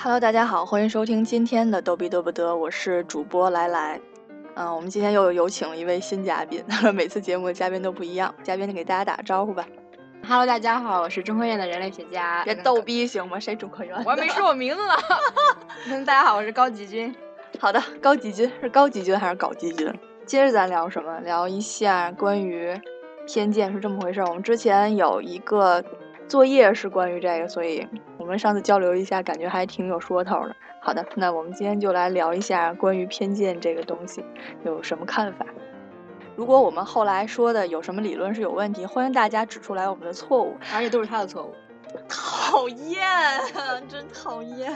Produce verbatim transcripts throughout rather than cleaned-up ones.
Hello， 大家好，欢迎收听今天的逗比嘚不嘚，我是主播来来。嗯，我们今天又有请了一位新嘉宾，每次节目的嘉宾都不一样，嘉宾给大家打个招呼吧。 Hello， 大家好，我是中科院的人类学家。 别逗逼行吗？谁中科院？ 我还没说我名字呢。大家好，我是高吉军。 好的，高吉军是高吉军还是搞吉军？接着咱聊什么？聊一下关于偏见是这么回事。我们之前有一个作业是关于这个，所以我们上次交流一下，感觉还挺有说头的。好的，那我们今天就来聊一下关于偏见这个东西有什么看法。如果我们后来说的有什么理论是有问题，欢迎大家指出来我们的错误， 而且都是他的错误。 讨厌，真讨厌。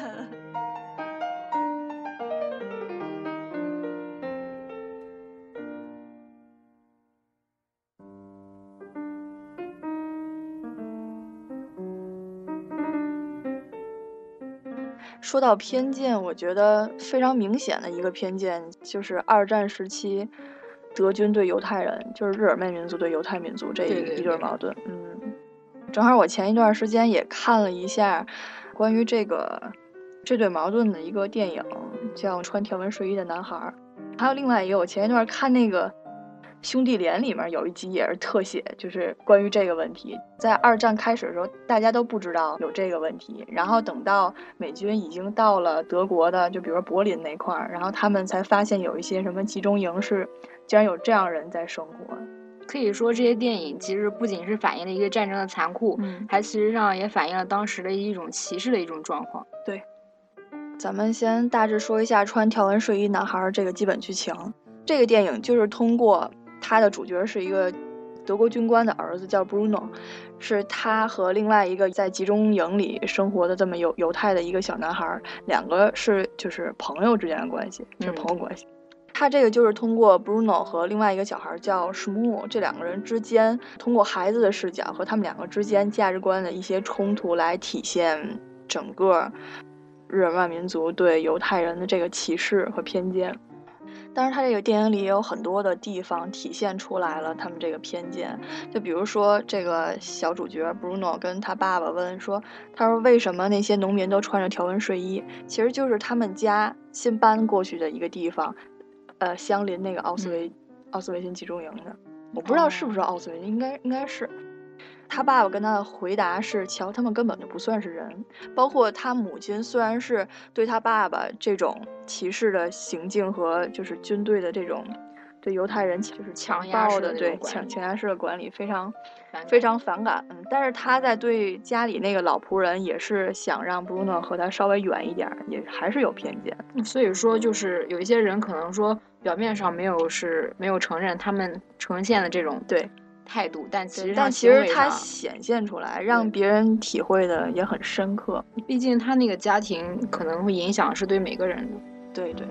说到偏见，我觉得非常明显的一个偏见就是二战时期德军对犹太人，就是日耳曼民族对犹太民族这一对矛盾。嗯，正好我前一段时间也看了一下关于这个这对矛盾的一个电影，叫《穿条纹睡衣的男孩》。还有另外一个，我前一段看那个兄弟连里面有一集也是特写，就是关于这个问题。在二战开始的时候，大家都不知道有这个问题，然后等到美军已经到了德国的，就比如说柏林那块儿，然后他们才发现有一些什么集中营是竟然有这样人在生活。 可以说这些电影其实不仅是反映了一个战争的残酷， 嗯， 还其实上也反映了当时的一种歧视的一种状况。 对，咱们先大致说一下穿条纹睡衣男孩这个基本剧情。这个电影就是通过他的主角是一个德国军官的儿子叫 Bruno， 是他和另外一个在集中营里生活的这么犹犹太的一个小男孩，两个是就是朋友之间的关系，就是朋友关系。嗯，他这个就是通过 Bruno 和另外一个小孩叫史穆这两个人之间，通过孩子的视角和他们两个之间价值观的一些冲突来体现整个日耳曼民族对犹太人的这个歧视和偏见。但是他这个电影里也有很多的地方体现出来了他们这个偏见，就比如说这个小主角 Bruno 跟他爸爸问说，他说为什么那些农民都穿着条纹睡衣，其实就是他们家新搬过去的一个地方，呃，相邻那个奥斯维、嗯、奥斯维辛集中营的，我不知道是不是奥斯维辛，应该应该是。他爸爸跟他的回答是，瞧，他们根本就不算是人。包括他母亲虽然是对他爸爸这种歧视的行径和就是军队的这种对犹太人就是强暴的对强强压式的管理非常非常反感，嗯，但是他在对家里那个老仆人也是想让 Bruno 和他稍微远一点，也还是有偏见。 所以说就是有一些人可能说表面上没有是没有承认他们呈现的这种对态度，但其实但其实它显现出来，让别人体会的也很深刻。 毕竟他那个家庭可能会影响是对每个人的。 对对。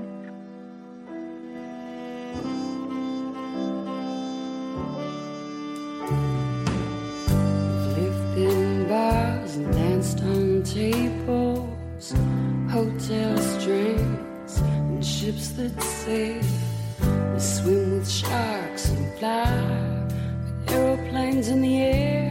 Lived in bars and danced on tables, hotel strings and ships that sail. We swim with sharks and fly.Aeroplanes in the air,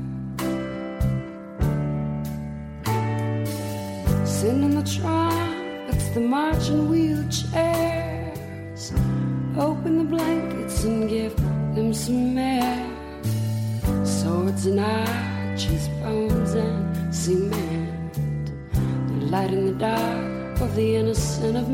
sending the trumpets, the marching wheelchairs. Open the blankets and give them some air. Swords and arches, bones and cement, the light in the dark of the innocent of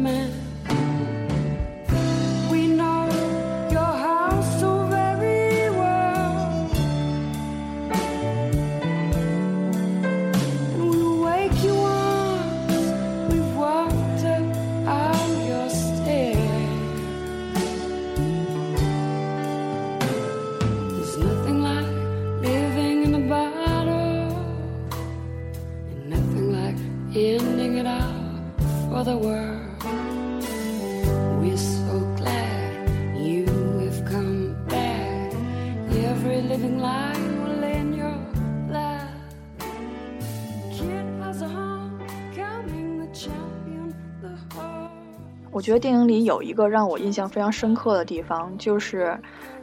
man.Ending it all for the world. We're so glad you have come back. Every living light will lay in your lap. Kid has a homecoming, the champion, the heart. 我觉得电影里有一个让我印象非常深刻的地方，就是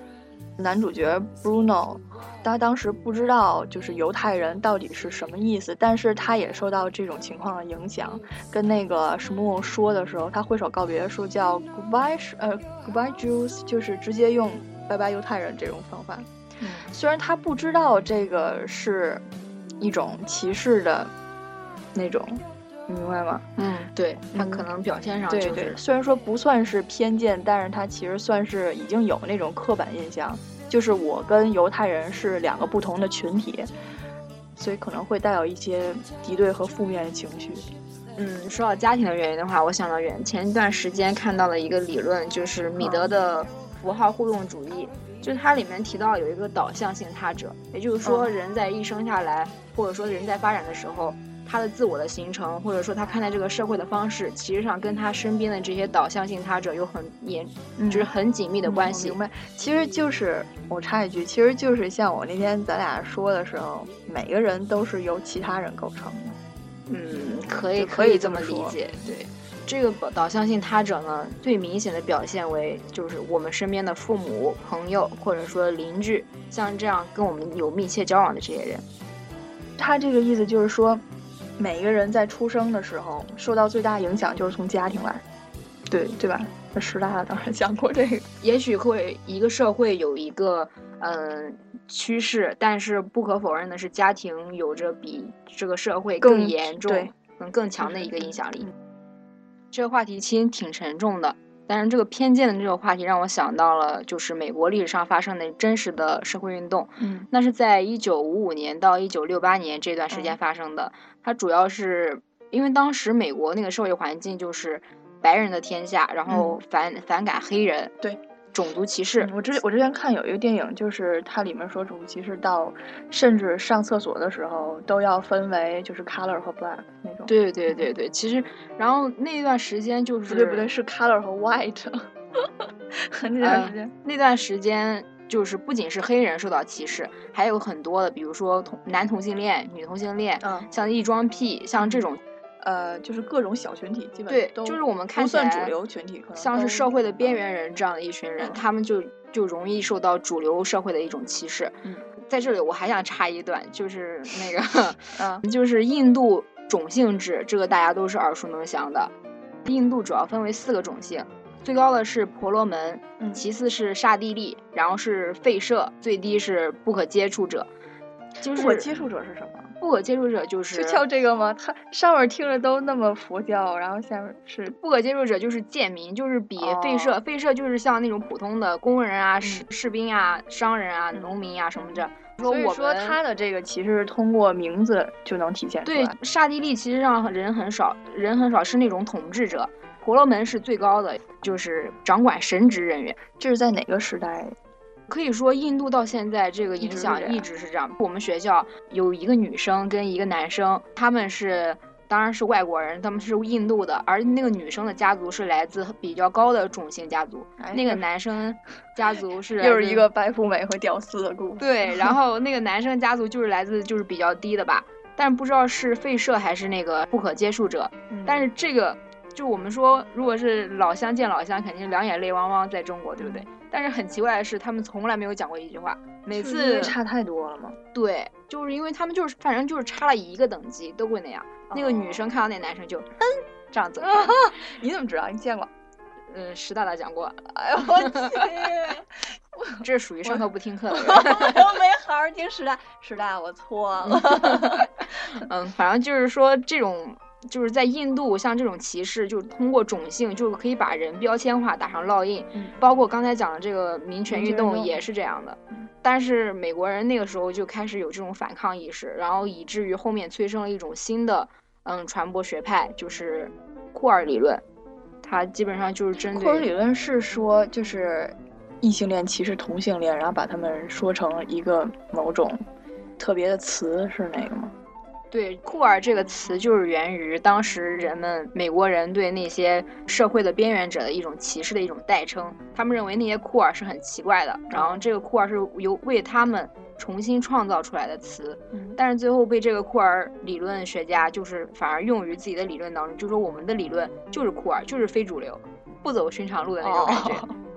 男主角 Bruno， 他当时不知道就是犹太人到底是什么意思，但是他也受到这种情况的影响。跟那个史穆说的时候，他挥手告别说叫 Goodbye， 呃 Goodbye Jews， 就是直接用拜拜犹太人这种方法。 嗯， 虽然他不知道这个是一种歧视的那种，你明白吗？ 嗯，对，他可能表现上就是、 对对，虽然说不算是偏见，但是他其实算是已经有那种刻板印象，就是我跟犹太人是两个不同的群体，所以可能会带有一些敌对和负面的情绪。 嗯，说到家庭的原因的话，我想到远前一段时间看到了一个理论，就是米德的符号互动主义。就是它里面提到有一个导向性他者，也就是说人在一生下来、嗯、或者说人在发展的时候，他的自我的形成或者说他看待这个社会的方式，其实上跟他身边的这些导向性他者有很严、嗯、就是很紧密的关系、 嗯、明白。其实就是我插一句，其实就是像我那天咱俩说的时候，每个人都是由其他人构成的。 嗯，可以可以这么理解。对，这个导向性他者呢，最明显的表现为就是我们身边的父母、朋友或者说邻居，像这样跟我们有密切交往的这些人。 他这个意思就是说，每一个人在出生的时候受到最大影响就是从家庭来，对对吧？那师大当时讲过这个。 也许会一个社会有一个嗯趋势，但是不可否认的是，家庭有着比这个社会更严重、更更强的一个影响力。这个话题其实挺沉重的，但是这个偏见的这个话题让我想到了，就是美国历史上发生的真实的社会运动。 嗯， 那是在一九五五年到一九六八年这段时间发生的。嗯、它主要是因为当时美国那个社会环境就是白人的天下，然后反、嗯、反感黑人， 对。 种族歧视、 嗯、我之我之前看有一个电影，就是它里面说种族歧视到甚至上厕所的时候都要分为就是 color 和 black 那种。 对对对对，其实然后那段时间就是不对不对是 color 和 white 那段时间、呃、 那段时间就是不仅是黑人受到歧视，还有很多的，比如说同男同性恋、女同性恋，嗯，像异装癖，像这种。 呃，就是各种小群体，基本对， 都就是我们看起来不算主流群体，可能像是社会的边缘人这样的一群人，嗯、他们就就容易受到主流社会的一种歧视。 嗯， 在这里我还想插一段，就是那个，嗯，就是印度种姓制，这个大家都是耳熟能详的。印度主要分为四个种姓，最高的是婆罗门， 嗯、 其次是刹帝利，然后是吠舍，最低是不可接触者。就是不可接触者是什么？ 不可接触者就是是叫这个吗？它上面听着都那么佛教，然后下面是不可接触者，就是贱民，就是比吠舍，吠舍就是像那种普通的工人啊、士、嗯、士兵啊、商人啊、农民啊什么的。 所以说他的这个其实是通过名字就能体现出来。 对，刹帝利其实上人很少，人很少是那种统治者，婆罗门是最高的，就是掌管神职人员。 这是在哪个时代？ 可以说印度到现在这个影响一直是这样。我们学校有一个女生跟一个男生，他们是当然是外国人，他们是印度的，而那个女生的家族是来自比较高的种姓家族，哎、那个男生家族是又是一个白富美和屌丝的故事。 对，然后那个男生家族就是来自就是比较低的吧，但是不知道是吠舍还是那个不可接触者。 嗯、 但是这个就我们说，如果是老乡见老乡，肯定两眼泪汪汪，在中国，对不对？但是很奇怪的是，他们从来没有讲过一句话。每次因为差太多了吗？ 对，就是因为他们就是反正就是差了一个等级都会那样。哦、那个女生看到那男生就嗯这样子。 你怎么知道？你见过？ 嗯，石大大讲过。 哎呦我天！ 这是属于上课不听课的人。 我没好好听石大，石大我错了。 嗯，反正就是说这种。就是在印度，像这种歧视，就是通过种姓，就是可以把人标签化，打上烙印。 嗯、 包括刚才讲的这个民权运动也是这样的。嗯、但是美国人那个时候就开始有这种反抗意识，然后以至于后面催生了一种新的嗯传播学派，就是库尔理论。它基本上就是针对库尔理论是说，就是异性恋歧视同性恋，然后把他们说成一个某种特别的词，是那个吗？ 对，库尔这个词就是源于当时人们美国人对那些社会的边缘者的一种歧视的一种代称，他们认为那些库尔是很奇怪的，然后这个库尔是由为他们重新创造出来的词， 嗯、 但是最后被这个库尔理论学家就是反而用于自己的理论当中，就说我们的理论就是库尔，就是非主流，不走寻常路的那种感觉。 哦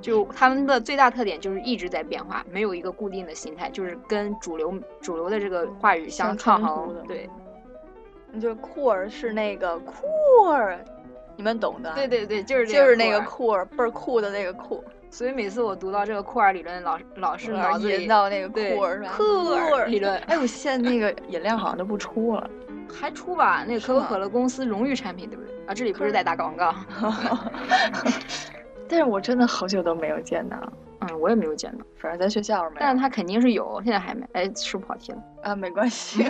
就他们的最大特点就是一直在变化，没有一个固定的形态，就是跟主流主流的这个话语相抗衡。对， 就是酷儿是那个酷儿，你们懂的。 对对对，就是这个就是那个酷儿，倍儿酷的那个酷。 所以每次我读到这个库尔理论，老老是脑子里到那个库尔是吧？ 库尔理论。 哎，我现在那个饮料好像都不出了， 还出吧？那个可口可乐公司荣誉产品，对不对？啊，这里不是在打广告。 但是我真的好久都没有见到。 嗯，我也没有见到， 反正在学校没有。 但是它肯定是有，现在还没。哎，是不跑题了啊？没关系。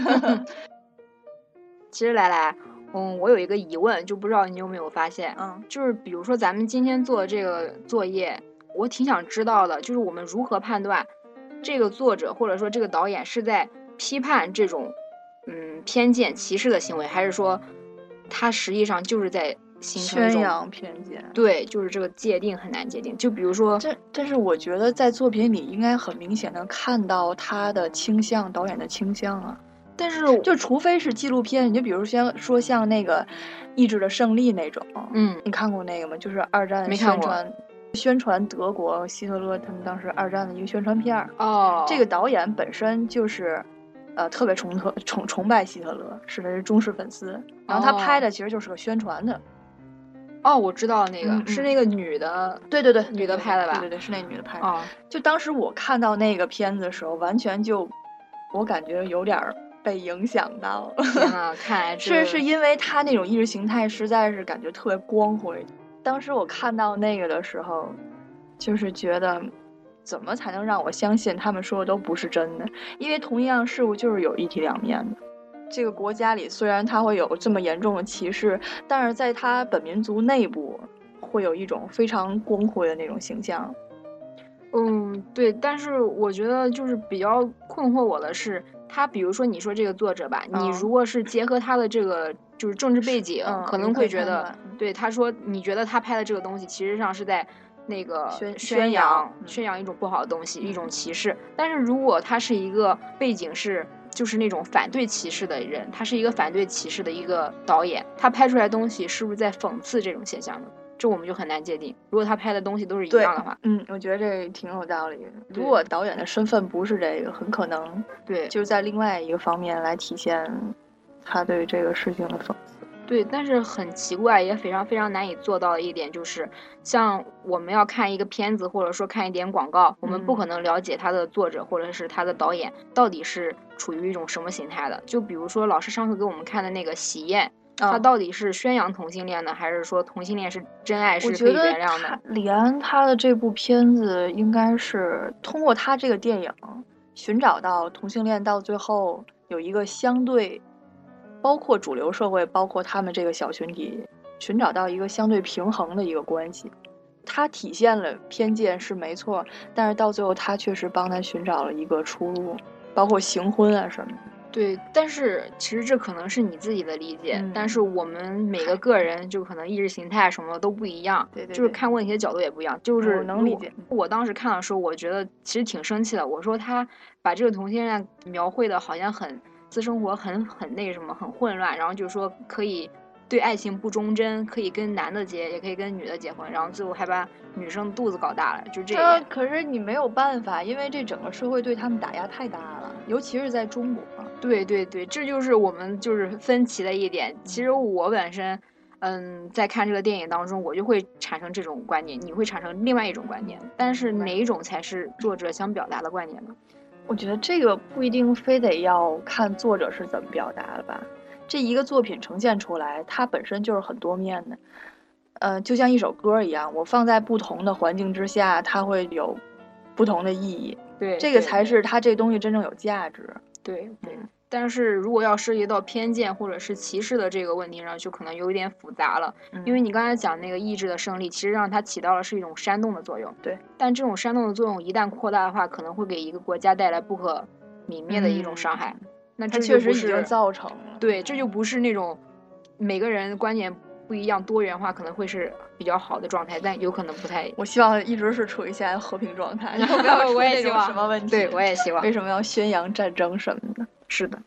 其实来来。嗯，我有一个疑问，就不知道你有没有发现， 嗯， 就是比如说咱们今天做这个作业，我挺想知道的，就是我们如何判断这个作者或者说这个导演是在批判这种嗯偏见、歧视的行为，还是说他实际上就是在形成一种宣扬偏见？ 对，就是这个界定很难界定。就比如说， 这但是我觉得在作品里应该很明显的看到他的倾向，导演的倾向啊。 但是就除非是纪录片，你就比如先说像那个《意志的胜利》那种， 嗯， 你看过那个吗？就是二战没看过， 宣传宣传德国希特勒他们当时二战的一个宣传片哦。 这个导演本身就是，呃，特别崇特崇崇拜希特勒，是他的忠实粉丝。然后他拍的其实就是个宣传的。 哦，我知道那个、 嗯、 是那个女的， 对对对， 女的拍的吧？ 对对对，是那女的拍的。 哦， 就当时我看到那个片子的时候，完全就，我感觉有点被影响到了。 天哪，看来是是因为他那种意识形态实在是感觉特别光辉。当时我看到那个的时候，就是觉得，怎么才能让我相信他们说的都不是真的？因为同一样事物就是有一体两面的。这个国家里虽然它会有这么严重的歧视，但是在它本民族内部会有一种非常光辉的那种形象。 嗯，对，但是我觉得就是比较困惑我的是，他比如说你说这个作者吧， 嗯、 你如果是结合他的这个就是政治背景， 嗯、 可能会觉得， 嗯、 对他说，你觉得他拍的这个东西其实上是在那个宣宣扬宣扬一种不好的东西， 嗯、 一种歧视。但是如果他是一个背景是就是那种反对歧视的人，他是一个反对歧视的一个导演，他拍出来的东西是不是在讽刺这种现象呢？这我们就很难界定。如果他拍的东西都是一样的话， 嗯，我觉得这挺有道理的。如果导演的身份不是这个，很可能对， 就是在另外一个方面来体现他对这个事情的讽刺。 对，但是很奇怪，也非常非常难以做到的一点就是，像我们要看一个片子，或者说看一点广告，我们不可能了解他的作者或者是他的导演到底是处于一种什么形态的。就比如说老师上课给我们看的那个《喜宴》。他到底是宣扬同性恋呢，还是说同性恋是真爱，是可以原谅的？ 李安他的这部片子应该是通过他这个电影寻找到同性恋到最后有一个相对，包括主流社会，包括他们这个小群体，寻找到一个相对平衡的一个关系。他体现了偏见是没错，但是到最后他确实帮他寻找了一个出路，包括行婚啊什么的。 对，但是其实这可能是你自己的理解， 嗯、 但是我们每个个人就可能意识形态什么的都不一样， 对 对, 对， 就是看问题的角度也不一样。就是我能理解。 我当时看的时候，我觉得其实挺生气的。我说他把这个同性恋描绘的好像很私生活很很那什么很混乱，然后就说可以对爱情不忠贞，可以跟男的结，也可以跟女的结婚，然后最后还把女生肚子搞大了，就这个。可是你没有办法，因为这整个社会对他们打压太大了，尤其是在中国。 对对对，这就是我们就是分歧的一点。其实我本身，嗯，在看这个电影当中，我就会产生这种观念，你会产生另外一种观念。但是哪一种才是作者想表达的观念呢？ 我觉得这个不一定非得要看作者是怎么表达的吧。这一个作品呈现出来，它本身就是很多面的。呃，就像一首歌一样，我放在不同的环境之下，它会有不同的意义。 对， 这个才是它这东西真正有价值。 对对。嗯，但是如果要涉及到偏见或者是歧视的这个问题上，就可能有一点复杂了。 嗯、 因为你刚才讲那个意志的胜利，其实让它起到了是一种煽动的作用。 对， 但这种煽动的作用一旦扩大的话，可能会给一个国家带来不可泯灭的一种伤害。 嗯、 那这确实已经造成了。 对，这就不是那种每个人观点不一样多元化可能会是比较好的状态，但有可能不太。 我希望一直是处于现在和平状态，不要出那种什么问题。 对，我也希望。 为什么要宣扬战争什么的？ 是的。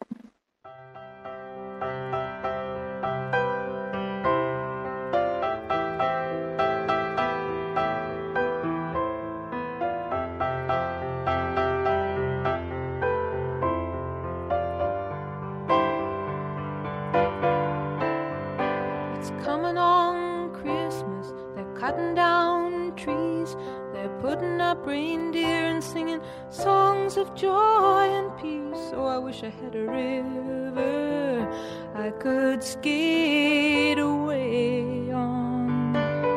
cutting down trees. They're putting up reindeer and singing songs of joy and peace. Oh, I wish I had a river I could skate away on.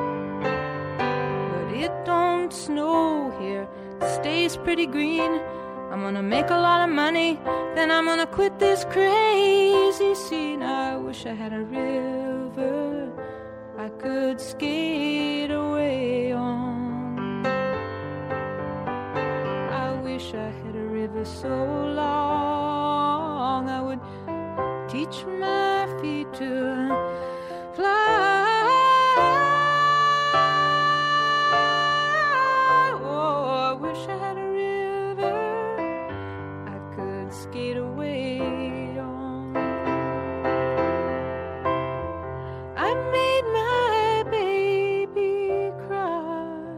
But it don't snow here, it stays pretty green. I'm gonna make a lot of money, then I'm gonna quit this crazy scene. I wish I had a river I could skate away on. I wish I had a river so long I would teach my feet to fly. Oh, I wish I had a skate away on. I made my baby cry.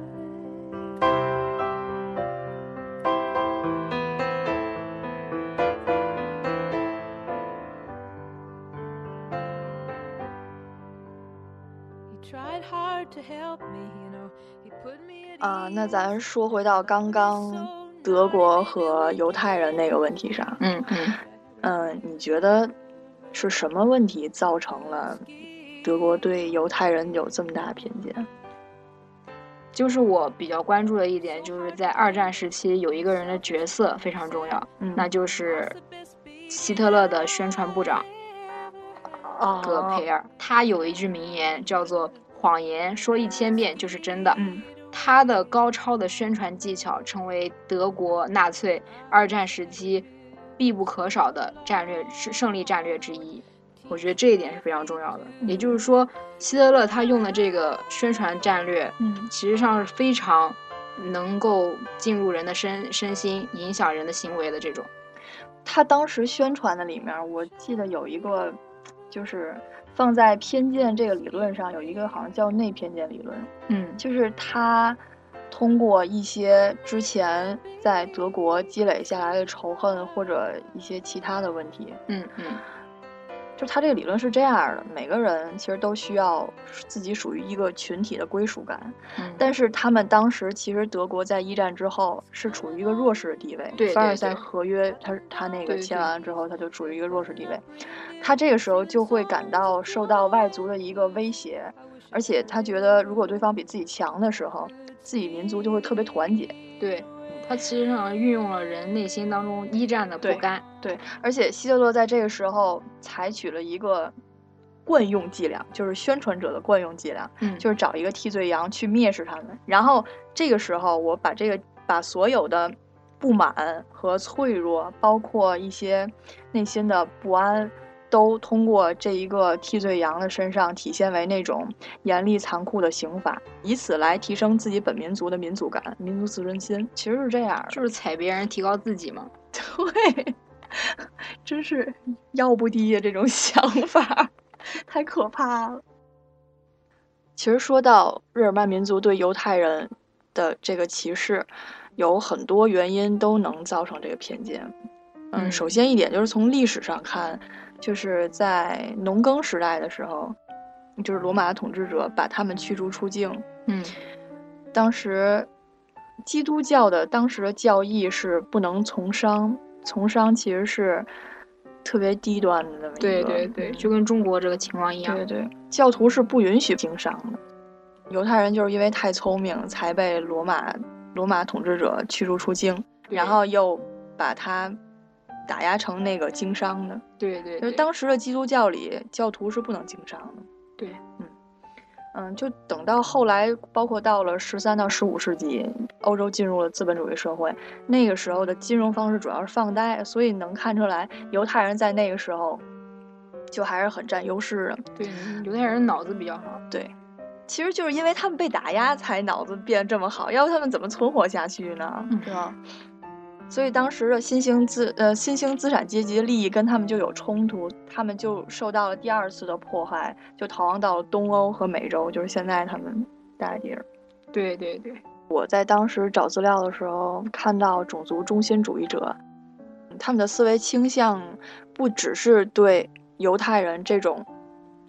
He tried hard to help me, you know. He put me at 啊，那咱说回到刚刚德国和犹太人那个问题上， 嗯嗯嗯，你觉得是什么问题造成了德国对犹太人有这么大的偏见？ 就是我比较关注的一点，就是在二战时期有一个人的角色非常重要， 嗯那就是希特勒的宣传部长戈培尔。他有一句名言叫做“谎言说一千遍就是真的”。 嗯， 他的高超的宣传技巧成为德国纳粹二战时期必不可少的战略胜利战略之一。我觉得这一点是非常重要的。也就是说，希特勒他用的这个宣传战略， 嗯， 其实上是非常能够进入人的身身心，影响人的行为的这种。 他当时宣传的里面，我记得有一个，就是放在偏见这个理论上，有一个好像叫内偏见理论， 嗯， 就是他通过一些之前在德国积累下来的仇恨或者一些其他的问题， 嗯嗯。 就他这个理论是这样的，每个人其实都需要自己属于一个群体的归属感， 嗯， 但是他们当时其实德国在一战之后是处于一个弱势的地位， 对对对凡尔赛合约他他那个对对签完了之后，他就处于一个弱势地位，他这个时候就会感到受到外族的一个威胁，而且他觉得如果对方比自己强的时候，自己民族就会特别团结。 对，他其实上运用了人内心当中一战的不甘。 对，而且希特勒在这个时候采取了一个惯用伎俩，就是宣传者的惯用伎俩， 嗯， 就是找一个替罪羊去蔑视他们，然后这个时候我把这个把所有的不满和脆弱，包括一些内心的不安，都通过这一个替罪羊的身上体现为那种严厉残酷的刑罚，以此来提升自己本民族的民族感、民族自尊心。其实是这样的， 就是踩别人提高自己嘛。 对，真是要不低呀，这种想法太可怕了。其实说到日耳曼民族对犹太人的这个歧视，有很多原因都能造成这个偏见。嗯， 嗯首先一点就是从历史上看，就是在农耕时代的时候，就是罗马统治者把他们驱逐出境。 嗯， 当时基督教的当时的教义是不能从商，从商其实是特别低端的那么一个。 对对对，就跟中国这个情况一样。 对对，教徒是不允许经商的。犹太人就是因为太聪明，才被罗马罗马统治者驱逐出境，然后又把他打压成那个经商的。 对对， 就是当时的基督教里，教徒是不能经商的。 对， 嗯嗯，就等到后来，包括到了十三到十五世纪，欧洲进入了资本主义社会，那个时候的金融方式主要是放贷，所以能看出来犹太人在那个时候就还是很占优势的。 对，犹太人脑子比较好。 对，其实就是因为他们被打压，才脑子变得这么好，要不他们怎么存活下去呢？ 嗯， 是吧？所以当时的新兴资呃新兴资产阶级的利益跟他们就有冲突，他们就受到了第二次的迫害，就逃亡到了东欧和美洲，就是现在他们待的地儿。 对对对， 我在当时找资料的时候看到种族中心主义者，他们的思维倾向不只是对犹太人这种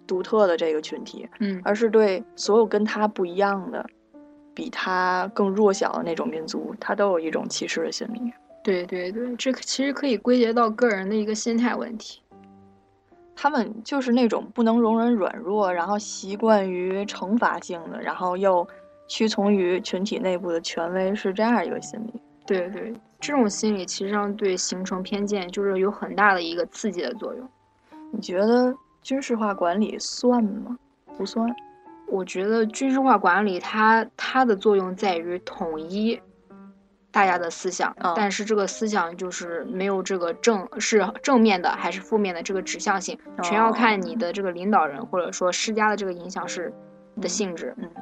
独特的这个群体， 嗯， 而是对所有跟他不一样的、比他更弱小的那种民族，他都有一种歧视的心理。 对对对，这其实可以归结到个人的一个心态问题。 他们就是那种不能容忍软弱，然后习惯于惩罚性的，然后又屈从于群体内部的权威，是这样一个心理。 对对，这种心理其实上对形成偏见就是有很大的一个刺激的作用。 你觉得军事化管理算吗？不算。 我觉得军事化管理它它的作用在于统一大家的思想， 嗯、 但是这个思想就是没有这个正是正面的还是负面的这个指向性， 哦、 全要看你的这个领导人或者说施加的这个影响是的性质。 嗯。嗯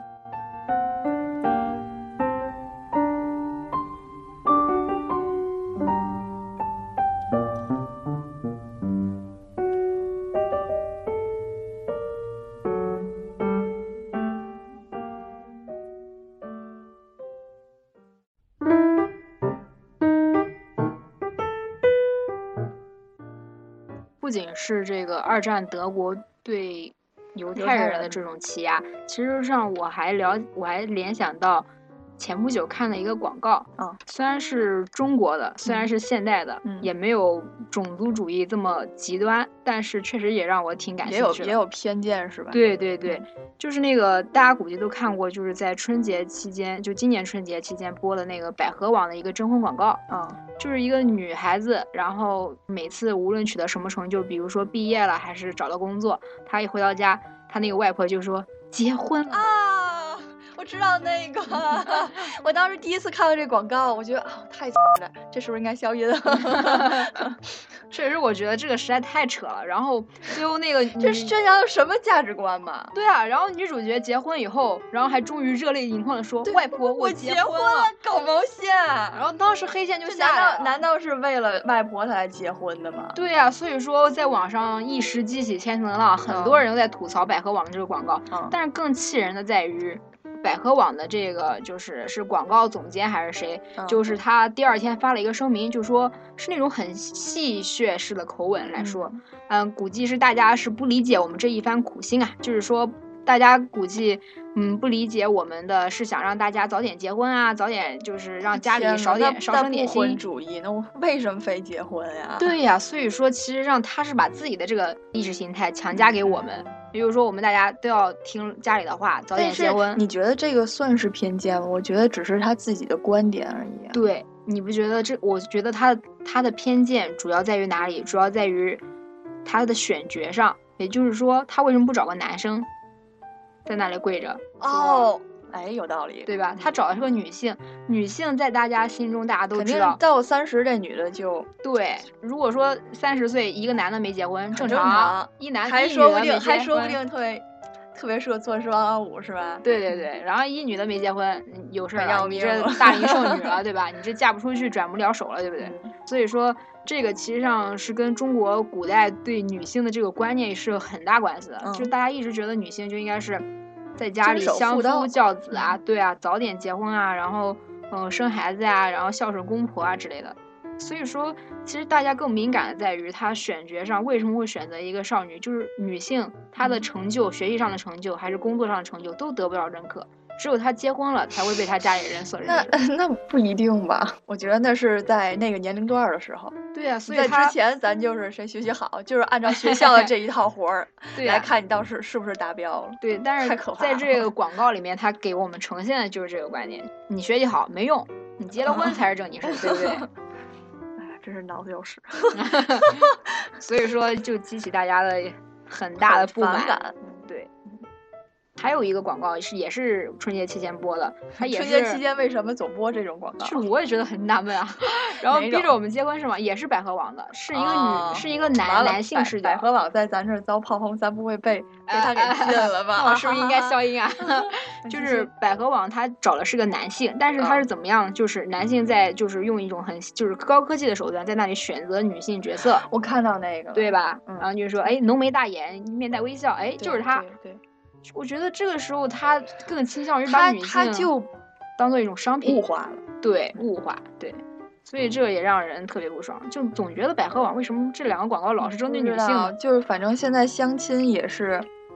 不仅是这个二战德国对犹太人的这种欺压，其实上我还了我还联想到前不久看的一个广告， 嗯， 虽然是中国的，虽然是现代的， 嗯， 也没有种族主义这么极端，但是确实也让我挺感兴趣的。 也有也有偏见是吧？ 对对对，就是那个大家估计都看过，就是在春节期间，就今年春节期间播的那个百合网的一个征婚广告， 嗯， 就是一个女孩子，然后每次无论取得什么成就，比如说毕业了还是找到工作，她一回到家，她那个外婆就说结婚了啊。我知道那个，我当时第一次看到这广告，我觉得啊、哦、太了，这是不是应该消音？ 确实，我觉得这个实在太扯了。然后最后那个这是宣扬的什么价值观嘛？ 对啊，然后女主角结婚以后，然后还终于热泪盈眶的说：“外婆， 我结婚了，狗毛线！” 然后当时黑线就下来了。 难道难道是为了外婆才来结婚的吗？ 对啊，所以说在网上一时激起千层浪，很多人都在吐槽百合网这个广告。 嗯、 但是更气人的在于。百合网的这个就是是广告总监还是谁、 嗯、 就是他第二天发了一个声明，就说是那种很戏谑式的口吻来说，嗯、呃，估计是大家是不理解我们这一番苦心啊，就是说大家估计嗯不理解我们的是想让大家早点结婚啊，早点就是让家里少点少生点心。 不婚主义，那我为什么非结婚呀？ 对呀，所以说其实让他是把自己的这个意识形态强加给我们。比如说，我们大家都要听家里的话，早点结婚。 你觉得这个算是偏见吗？我觉得只是他自己的观点而已、啊。 对，你不觉得这？我觉得他他的偏见主要在于哪里？主要在于他的选角上。也就是说，他为什么不找个男生在那里跪着？ 哦，哎，有道理， 对吧？他找的是个女性，女性在大家心中，大家都知道， 到三十这女的就对。如果说三十岁一个男的没结婚，正常， 常一男还说不定还说不定特别特别适合做双二五是吧？ 对对对，然后一女的没结婚，有事了，你这大龄剩女了，对吧？你这嫁不出去，转不了手了，对不对？ 嗯、 所以说，这个其实上是跟中国古代对女性的这个观念是有很大关系的， 嗯、 就大家一直觉得女性就应该是。在家里相夫教子啊，对啊，早点结婚啊，然后嗯、呃、生孩子呀、啊，然后孝顺公婆啊之类的。所以说，其实大家更敏感的在于她选角上为什么会选择一个少女，就是女性她的成就、学习上的成就还是工作上的成就都得不到认可，只有她结婚了才会被她家里人所认可。 那那不一定吧？我觉得那是在那个年龄段的时候。 对呀、啊，所以在之前咱就是谁学习好，就是按照学校的这一套活儿来看你到时是不是达标了。 对，但是在这个广告里面，他给我们呈现的就是这个观念：你学习好没用，你结了婚才是正经事，对不对？ 哎呀，真是脑子有屎。 所以说，就激起大家的很大的不满感。 对。还有一个广告是也是春节期间播的，它也是春节期间为什么总播这种广告？ 是我也觉得很纳闷啊。然后逼着我们结婚是吗？也是百合网的，是一个女， 哦、 是一个男男性视角。 百合网在咱这儿遭炮轰，咱不会被被他给禁了吧？ 那、啊、我是不是应该消音啊？就是百合网，他找的是个男性，但是他是怎么样？就是男性在就是用一种很就是高科技的手段在那里选择女性角色。 我看到那个， 对吧？ 嗯、 然后就是说，哎，浓眉大眼，面带微笑，哎，就是他。 对。对对我觉得这个时候他更倾向于把女性他就当做一种商品物化了， 对物化，对，所以这也让人特别不爽。就总觉得百合网为什么这两个广告老是针对女性呢？ 就是反正现在相亲也是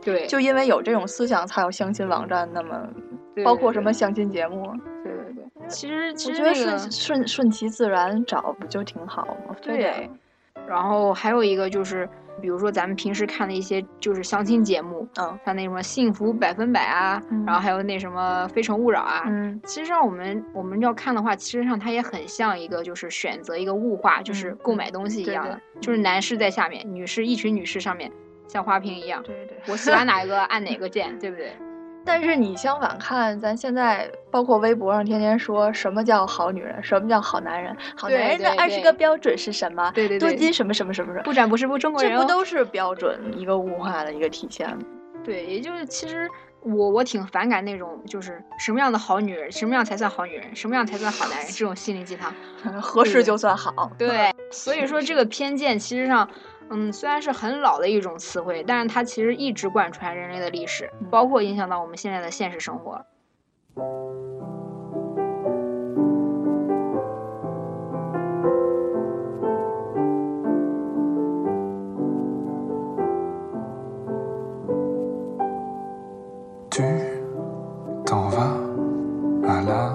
对， 就因为有这种思想，才有相亲网站，那么对包括什么相亲节目。 对对对，其实其我觉得实那个顺顺顺其自然找不就挺好吗？非得对，然后还有一个就是，比如说咱们平时看的一些就是相亲节目， 嗯像那什么幸福百分百啊， 嗯然后还有那什么非诚勿扰啊， 嗯其实上我们我们要看的话，其实上它也很像一个就是选择一个物化，就是购买东西一样的， 嗯对对就是男士在下面，女士一群女士上面，像花瓶一样， 对对。 我喜欢哪个按哪个键，对不对？ 但是你相反看，咱现在包括微博上天天说什么叫好女人，什么叫好男人，好男人的对对二十个标准是什么？ 对对对多金什么什么什么什么， 不展不是不中国人、哦， 这不都是标准一个物化的一个体现吗？ 对，也就是其实我我挺反感那种就是什么样的好女人，什么样才算好女人，什么样才算好男人这种心灵鸡汤。 合适就算好。 对，所以说这个偏见其实上，嗯，虽然是很老的一种词汇，但是它其实一直贯穿人类的历史，包括影响到我们现在的现实生活。 Tu t'en vas à la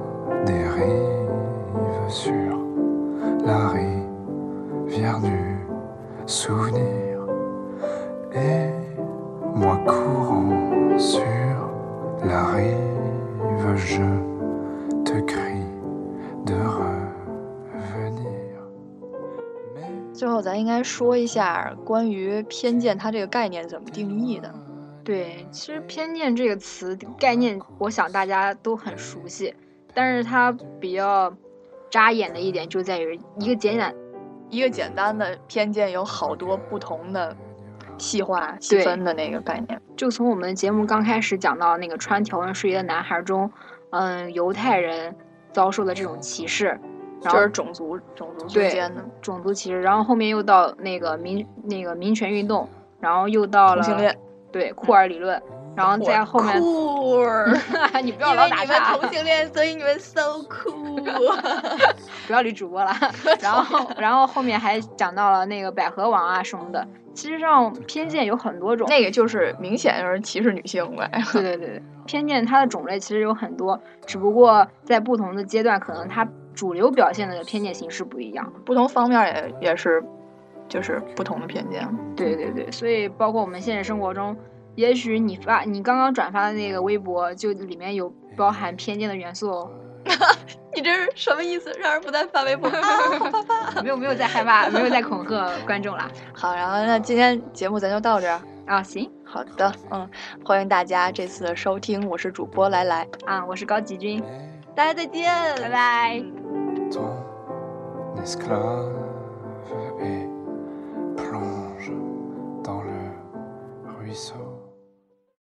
dérive sur la rivière du souvenir et moi courant sur la rive je te crie de revenir 最后咱应该说一下关于偏见它这个概念怎么定义的。 对，其实偏见这个词概念，我想大家都很熟悉，但是它比较扎眼的一点就在于一个简单一个简单的偏见有好多不同的细化细分的那个概念。 就从我们节目刚开始讲到那个穿条纹睡衣的男孩中，嗯，犹太人遭受的这种歧视，然后就是种族种族之间的种族歧视，然后后面又到那个民那个民权运动，然后又到了同性恋， 对库尔理论，然后在后面酷儿， 你不要老打因为你们岔， 同性恋，所以你们 so cool。 不要理主播了。然后然后后面还讲到了那个百合网啊什么的。其实上偏见有很多种， 那个就是明显就是歧视女性呗。 对对对对，偏见它的种类其实有很多，只不过在不同的阶段，可能它主流表现的偏见形式不一样， 不同方面也也是就是不同的偏见。 对对对，所以包括我们现实生活中，也许你发你刚刚转发的那个微博，就里面有包含偏见的元素哦。 你这是什么意思？让人不再发微博啊？好怕怕！ 没有没有在害怕，没有在恐吓观众啦。 好，然后那今天节目咱就到这儿啊，行， 好的，嗯，欢迎大家这次的收听，我是主播来来啊，我是高级君， 大家再见， 拜拜。 Ton esclave et plonge dans le ruisseau.